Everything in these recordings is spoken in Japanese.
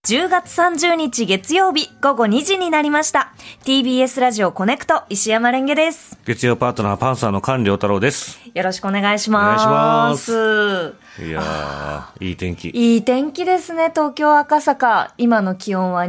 10月30日月曜日午後2時になりました。 TBS ラジオコネクト石山レンゲです。 月曜パートナーパンサーの菅良太郎です。 よろしくお願いします。お願いします。 いやー、いい天気。 いい天気ですね。東京赤坂、今の気温は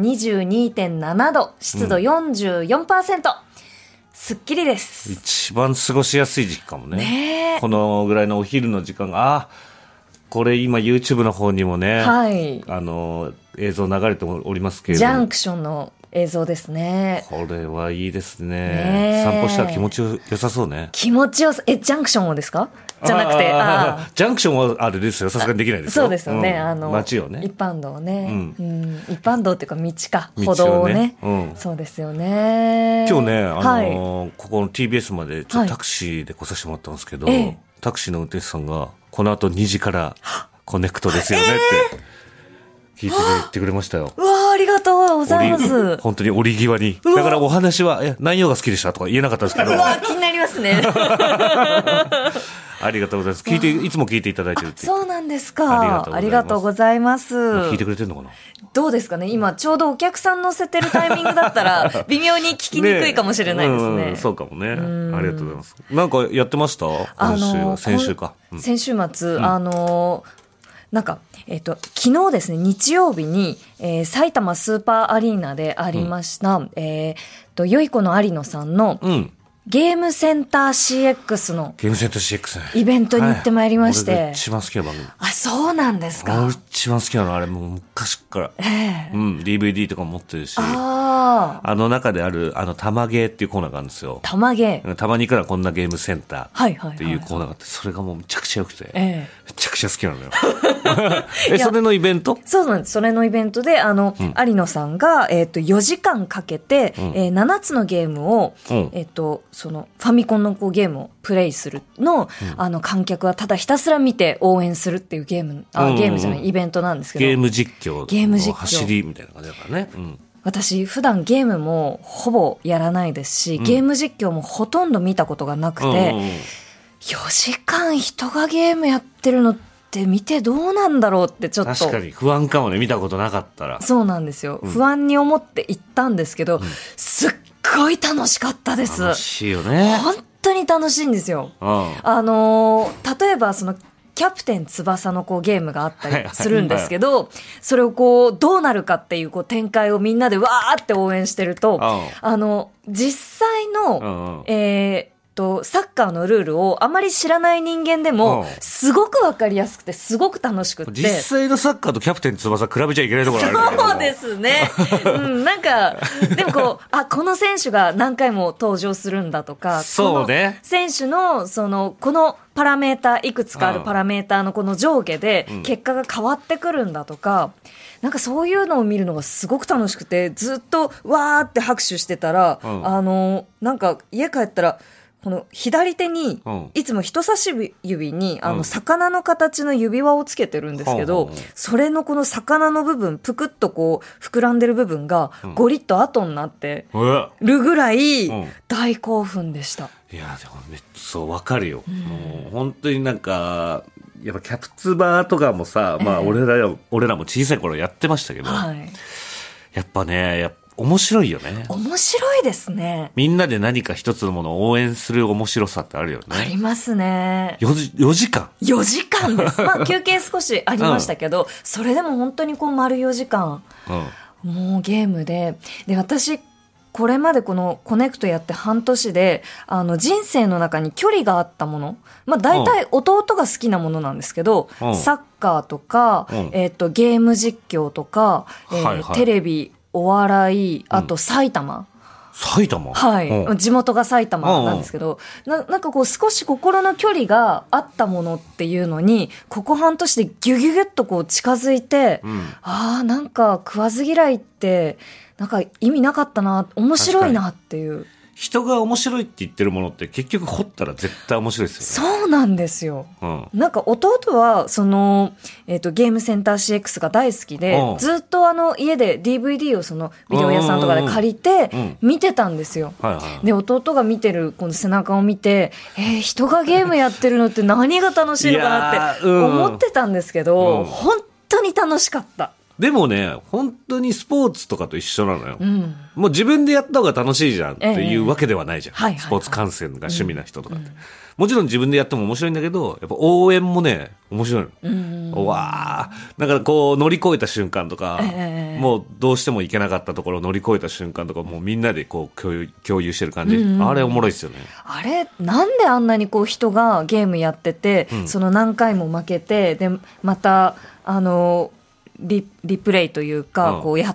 22.7 度、湿度 44%、すっきりです。 一番過ごしやすい時期かもね。 このぐらいのお昼の時間が、これ今 YouTube の方にもね、 はい、 映像流れておりますけれどジャンクションの映像ですね。 これはいいですね。散歩したら気持ちよさそうね。 気持ちよさ、ジャンクションをですか？じゃなくて、 ジャンクションはあれですよ。さすがにできないですよ。 そうですよね。 街をね。 一般道ね。一般道っていうか道か。歩道をね。そうですよね。 今日ね、ここの TBS までちょっとタクシーで来させてもらったんですけど、タクシーの運転手さんが、この後2時からコネクトですよねって聞いて言ってくれましたよ。 うわー、ありがとうございます。 本当に折り際に。だからお話は、内容が好きでしたとか言えなかったんですけど。 うわー、気になりますね。 ありがとうございます。いつも聞いていただいてるって。 そうなんですか。ありがとうございます。 聞いてくれてるのかな。 どうですかね。今ちょうどお客さん乗せてるタイミングだったら微妙に聞きにくいかもしれないですね。 そうかもね。ありがとうございます。なんかやってました？先週か。 先週末、なんか、昨日ですね、日曜日に、埼玉スーパーアリーナでありました、よいこの有野さんの、ゲームセンター CX のイベントに行ってまいりまして、 俺が一番好きな番組。 あ、そうなんですか。 俺一番好きなのあれもう昔から、DVD とかも持ってるし、中である玉ゲーっていうコーナーがあるんですよ。 玉ゲー、 たまにからこんなゲームセンターっていうコーナーがあって、それがもうめちゃくちゃ良くて、めちゃくちゃ好きなのよ。それのイベント？ そうなんです。それのイベントで有野さんが4時間かけて7つのゲームをそのファミコンのゲームをプレイするの、観客はただひたすら見て応援するっていうゲームじゃないイベントなんですけど、 ゲーム実況の走りみたいな感じだからね。 私普段ゲームもほぼやらないですし、ゲーム実況もほとんど見たことがなくて、4時間人がゲームやってるのって見てどうなんだろうってちょっと確かに不安かもね。見たことなかったら。 そうなんですよ、不安に思って行ったんですけど、すっごい楽しかったです。 楽しいよね。 本当に楽しいんですよ。例えばそのキャプテン翼のゲームがあったりするんですけど、それをどうなるかっていう展開をみんなでわーって応援してると、実際の、サッカーのルールをあまり知らない人間でもすごくわかりやすくてすごく楽しくて、 実際のサッカーとキャプテン翼比べちゃいけないところあるんだけど。 そうですね。なんかでもこの選手が何回も登場するんだとか、 そうね、 この選手のこのパラメーター、いくつかあるパラメーターのこの上下で結果が変わってくるんだとか、なんかそういうのを見るのがすごく楽しくて、ずっとわーって拍手してたら、なんか家帰ったらこの左手にいつも人差し指に魚の形の指輪をつけてるんですけど、それのこの魚の部分ぷくっと膨らんでる部分がゴリッと跡になってるぐらい大興奮でした。 いやでもそうわかるよ、もう本当になんかやっぱキャプツバーとかもさ、俺らも小さい頃やってましたけど、やっぱね面白いよね。 面白いですね。 みんなで何か一つのものを応援する面白さってあるよね。 ありますね。 4時間 4時間です。休憩少しありましたけど、それでも本当に丸4時間、もうゲームで私これまでこのコネクトやって半年で人生の中に距離があったもの、大体弟が好きなものなんですけど、サッカーとか、ゲーム実況とか、テレビ、お笑い、あと埼玉、地元が埼玉なんですけど、なんか少し心の距離があったものっていうのにここ半年でギュギュギュッと近づいて、なんか食わず嫌いってなんか意味なかったな、面白いなっていう。 人が面白いって言ってるものって結局掘ったら絶対面白いですよね。 そうなんですよ、なんか弟はゲームセンター CX が大好きで、ずっと家で DVD をビデオ屋さんとかで借りて見てたんですよ、で弟が見てるこの背中を見て、人がゲームやってるのって何が楽しいのかなって思ってたんですけど、本当に楽しかった。 でもね、本当にスポーツとかと一緒なのよ。もう自分でやった方が楽しいじゃんっていうわけではないじゃん。スポーツ観戦が趣味な人とかって。もちろん自分でやっても面白いんだけど、やっぱ応援もね、面白いの。わー。だからこう乗り越えた瞬間とか、もうどうしてもいけなかったところを乗り越えた瞬間とか、もうみんなでこう共有してる感じ。あれおもろいっすよね。 あれ、なんであんなにこう人がゲームやってて、その何回も負けて、で、また、リプレイというか、こうやって、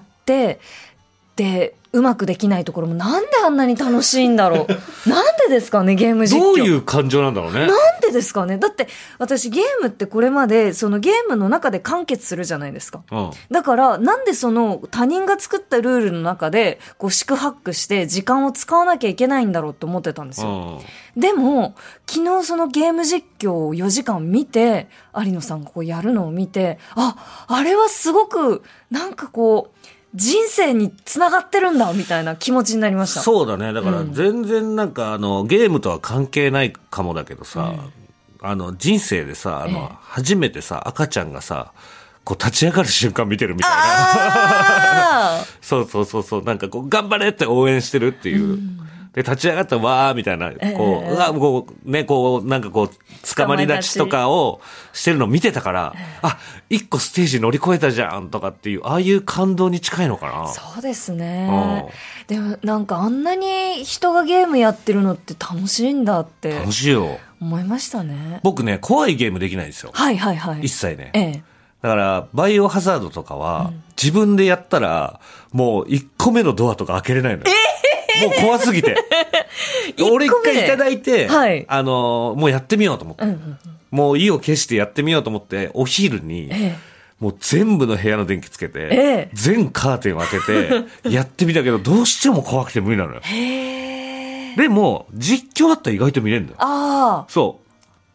で、うまくできないところもなんであんなに楽しいんだろう。なんでですかね、ゲーム実況。 どういう感情なんだろうね。 なんでですかね。だって私ゲームってこれまでそのゲームの中で完結するじゃないですか。だからなんでその他人が作ったルールの中でこう四苦八苦して時間を使わなきゃいけないんだろうって思ってたんですよ。でも昨日そのゲーム実況を4時間見て有野さんがこうやるのを見て、あれはすごくなんかこう人生に繋がってるんだみたいな気持ちになりました。 そうだね。だから全然なんかゲームとは関係ないかもだけどさ、人生でさ、初めてさ、赤ちゃんがさ、こう立ち上がる瞬間見てるみたいな。そう。なんかこう頑張れって応援してるっていう。で、立ち上がったわーみたいな、こう、なんかこう、捕まり立ちとかをしてるのを見てたから、一個ステージ乗り越えたじゃんとかっていう、ああいう感動に近いのかな。 そうですね。でもなんかあんなに人がゲームやってるのって楽しいんだって。 楽しいよ。 思いましたね。 僕ね、怖いゲームできないんですよ。一切ね。だから、バイオハザードとかは、自分でやったら、もう1個目のドアとか開けれないのよ。もう怖すぎて。俺一回いただいて、もうやってみようと思って。もう意を消してやってみようと思って、お昼に、もう全部の部屋の電気つけて、全カーテンを開けて、やってみたけど、どうしても怖くて無理なのよ。でも、実況だったら意外と見れるんだよ。そう。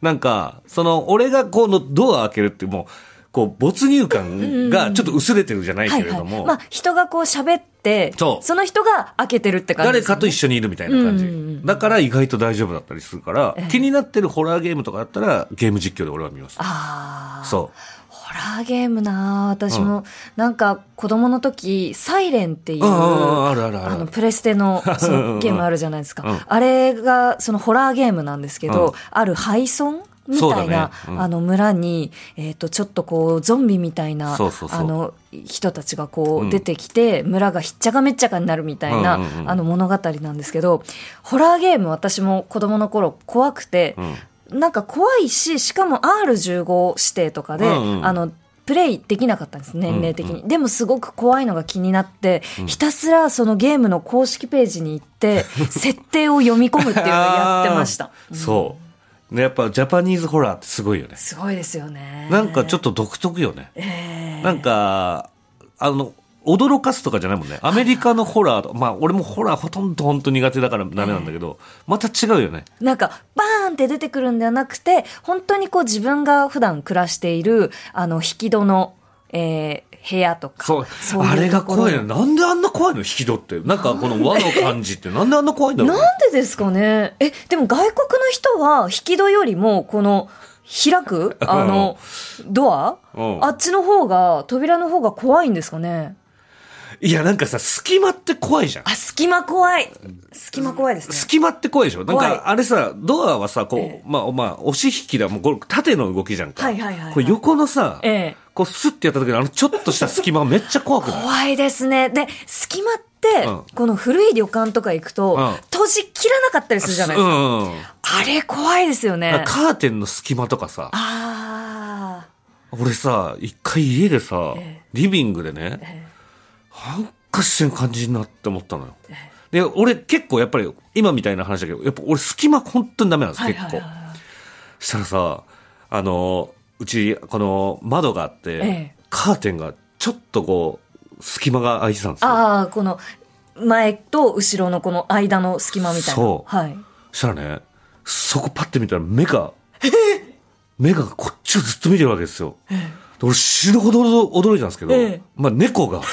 なんか、俺がこのドア開けるってもう、こう、没入感がちょっと薄れてるじゃないけれども。 人がこう喋って、その人が開けてるって感じですね。 誰かと一緒にいるみたいな感じ。だから意外と大丈夫だったりするから、気になってるホラーゲームとかだったら、ゲーム実況で俺は見ます。そう。 ホラーゲームな私も、なんか子供の時、サイレンっていう、プレステのそのゲームあるじゃないですか。あれが、そのホラーゲームなんですけど、ある廃村みたいな、村に、ちょっとこう、ゾンビみたいな、人たちがこう、出てきて、村がひっちゃかめっちゃかになるみたいな、物語なんですけど、ホラーゲーム私も子供の頃怖くて、なんか怖いし、しかも R15 指定とかで、プレイできなかったんです、年齢的に。でもすごく怖いのが気になって、ひたすらそのゲームの公式ページに行って、設定を読み込むっていうのをやってました。 そう。ね、やっぱジャパニーズホラーってすごいよね。 すごいですよね。 なんかちょっと独特よね。なんか、驚かすとかじゃないもんね。アメリカのホラーと、俺もホラーほとんど本当苦手だからダメなんだけど、また違うよね。 なんか、バーンって出てくるんではなくて、本当にこう自分が普段暮らしている、引き戸の、部屋とか。 そうあれが怖いの。なんであんな怖いの引き戸って。なんかこの和の感じってなんであんな怖いんだろう、ね、 なんでですかね。でも外国の人は引き戸よりも、この、開くドアあっちの方が、扉の方が怖いんですかね。 いや、なんかさ、隙間って怖いじゃん。 隙間怖い。隙間怖いですね。 隙間って怖いでしょ。なんか、あれさ、ドアはさ、こう、押し引きだ。もう、これ、縦の動きじゃんか。これ、横のさ、こう、スッてやった時のちょっとした隙間がめっちゃ怖くない？ 怖いですね。で、隙間って、この古い旅館とか行くと、閉じ切らなかったりするじゃないですか。あれ怖いですよね。 カーテンの隙間とかさ。俺さ、一回家でさ、リビングでね、なんかしてん感じになって思ったのよ。で、俺結構やっぱり、今みたいな話だけど、やっぱ俺隙間本当にダメなんです、結構。したらさ、うち、この窓があって、カーテンがちょっとこう、隙間が空いてたんですよ。 この、前と後ろのこの間の隙間みたいな。そう。 したらね、そこパッて見たら目がこっちをずっと見てるわけですよ。俺死ぬほど驚いたんですけど、猫が、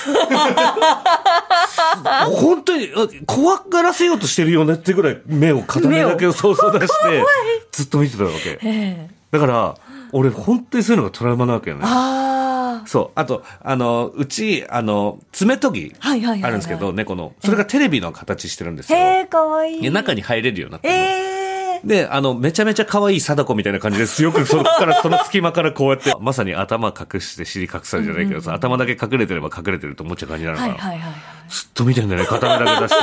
本当に怖がらせようとしてるよねってぐらい目を片目だけをそう出して、ずっと見てたわけ。だから、俺本当にそういうのがトラウマなわけよね。 そう。あと、うち、爪研ぎ、あるんですけど、猫の。それがテレビの形してるんですよ。 へー、かわいい。 中に入れるようになってる。で、めちゃめちゃ可愛い貞子みたいな感じです。よくその隙間からこうやって、まさに頭隠して尻隠されじゃないけどさ、頭だけ隠れてれば隠れてると思っちゃう感じなのかな。ずっと見てんだよね、片目だけ出して。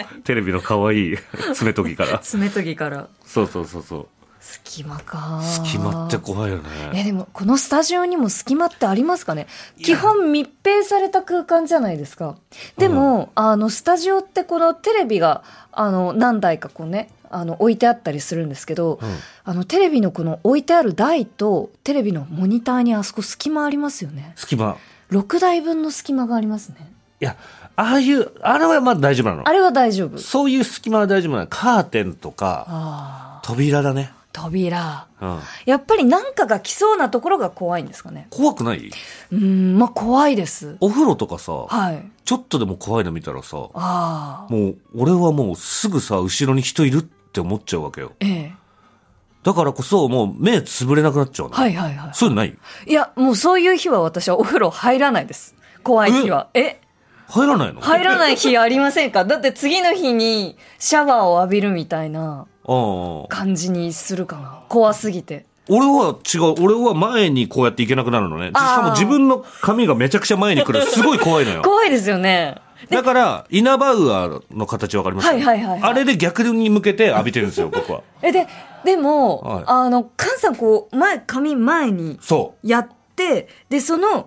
テレビの可愛い爪研ぎから。 爪研ぎから。 そうそうそうそう。 隙間か。 隙間って怖いよね。 でも、このスタジオにも隙間ってありますかね？基本密閉された空間じゃないですか。でも、スタジオってこのテレビが、何台かこうね、置いてあったりするんですけど、テレビのこの置いてある台と、テレビのモニターにあそこ隙間ありますよね。 隙間。 6台分の隙間がありますね。 いや、あれはまだ大丈夫なの？ あれは大丈夫。 そういう隙間は大丈夫なの。カーテンとか、扉だね。 扉、やっぱり何かが来そうなところが怖いんですかね。 怖くない？ まあ怖いです。 お風呂とかさ、 はい、 ちょっとでも怖いの見たらさ、もう俺はもうすぐさ後ろに人いるって思っちゃうわけよ。だからこそもう目つぶれなくなっちゃうの。そういうのない？ いや、もうそういう日は私はお風呂入らないです。怖い日は。 入らないの？入らない日ありませんか？だって次の日にシャワーを浴びるみたいな感じにするかな。怖すぎて。 俺は違う。俺は前にこうやって行けなくなるのね。しかも自分の髪がめちゃくちゃ前に来る。すごい怖いのよ。 怖いですよね。 だから、イナバウアーの形わかりますか？あれで逆に向けて浴びてるんですよ、僕は。 でも、菅さん髪前にやって、で、その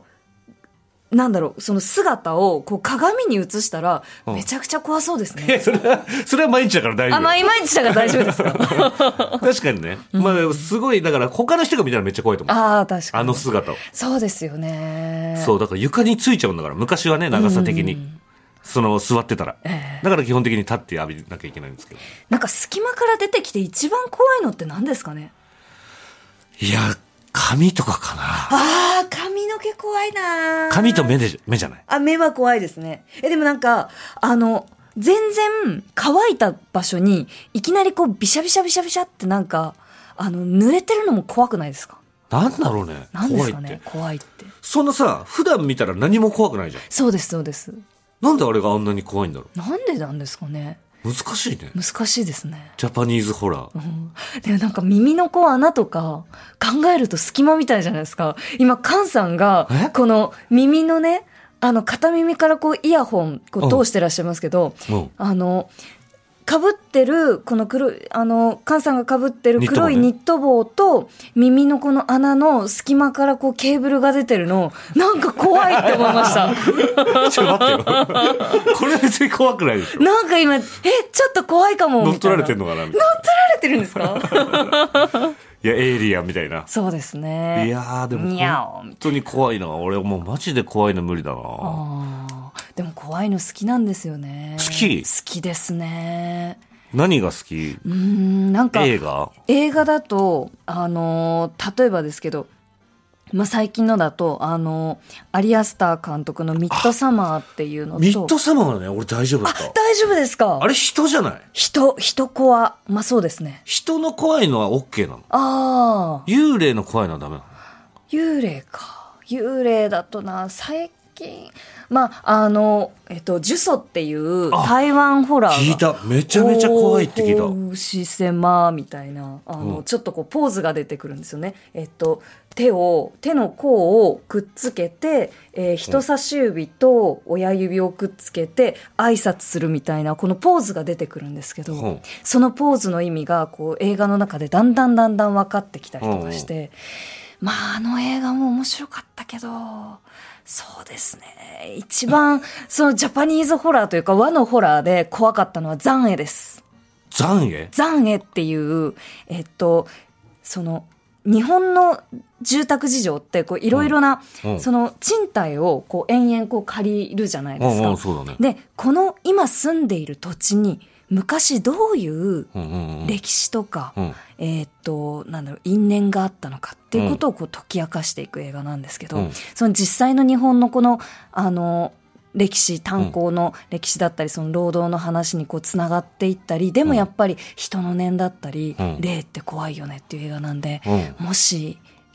姿をこう鏡に映したら、めちゃくちゃ怖そうですね。 それは毎日だから大丈夫。 毎日だから大丈夫ですか？ 確かにね。すごい、だから他の人が見たらめっちゃ怖いと思う。 確かに。 あの姿を。 そうですよね。 そう、だから床についちゃうんだから、昔はね、長さ的に。座ってたら。だから基本的に立って浴びなきゃいけないんですけど。 なんか隙間から出てきて一番怖いのって何ですかね？いや、 髪とかかな。 髪の毛怖いな。 髪と目じゃない？ 目は怖いですね。でもなんか、全然乾いた場所に、いきなりこう、ビシャビシャビシャビシャってなんか、濡れてるのも怖くないですか？ なんだろうね。 なんですかね、怖いって。 そんなさ、普段見たら何も怖くないじゃん。 そうです、そうです。 なんであれがあんなに怖いんだろう。 なんでなんですかね。 難しいね。 難しいですね。 ジャパニーズホラー。 でもなんか耳の穴とか考えると隙間みたいじゃないですか。今、菅さんが、この耳のね、片耳からこうイヤホンこう通してらっしゃいますけど、被ってる、この黒い、菅さんが被ってる黒いニット帽と、耳のこの穴の隙間からこうケーブルが出てるの、なんか怖いって思いました。 ちょっと待ってよ。これ別に怖くないでしょ。 なんか今、ちょっと怖いかも。 乗っ取られてんのかなみたいな。 乗っ取られてるんですか？ いや、エイリアンみたいな。 そうですね。 いやー、でも本当に怖いな。俺もうマジで怖いの無理だな。 でも怖いの好きなんですよね。 好きですね。 何が好き？ なんか映画だと、例えばですけど、最近のだと、アリアスター監督のミッドサマーっていうのと。 ミッドサマーはね、俺大丈夫だった。 大丈夫ですか？ あれ人じゃない？ 人怖。そうですね。 人の怖いのは OK なの？幽霊の怖いのはダメなの？ 幽霊か。幽霊だとな、最近、呪詛っていう台湾ホラーが聞いた。めちゃめちゃ怖いって聞いた。 しせまみたいな、ちょっとこうポーズが出てくるんですよね。手の甲をくっつけて、人差し指と親指をくっつけて挨拶するみたいな、このポーズが出てくるんですけど、そのポーズの意味がこう映画の中でだんだん分かってきたりとかして、あの映画も面白かったけど、そうですね。一番、そのジャパニーズホラーというか和のホラーで怖かったのは残影です。 残影っていう、その、日本の住宅事情ってこういろいろな、その賃貸をこう延々こう借りるじゃないですか。 そうだね。 で、この今住んでいる土地に昔どういう歴史とか、因縁があったのかっていうことをこう解き明かしていく映画なんですけど、その実際の日本のこの、歴史、炭鉱の歴史だったり、その労働の話にこうつながっていったり、でもやっぱり人の念だったり、霊って怖いよねっていう映画なんで、もし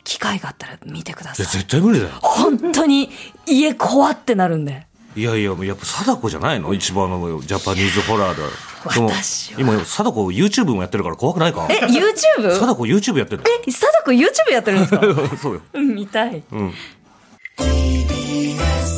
機会があったら見てください。 絶対無理だよ。 本当に家怖ってなるんで。 いやいや、やっぱ貞子じゃないの一番のジャパニーズホラーで。でも今貞子 YouTube もやってるから怖くないか。 YouTube？ 貞子 YouTube やってる。 貞子 YouTube やってるんですか？ そうよ。 見たい。 うん。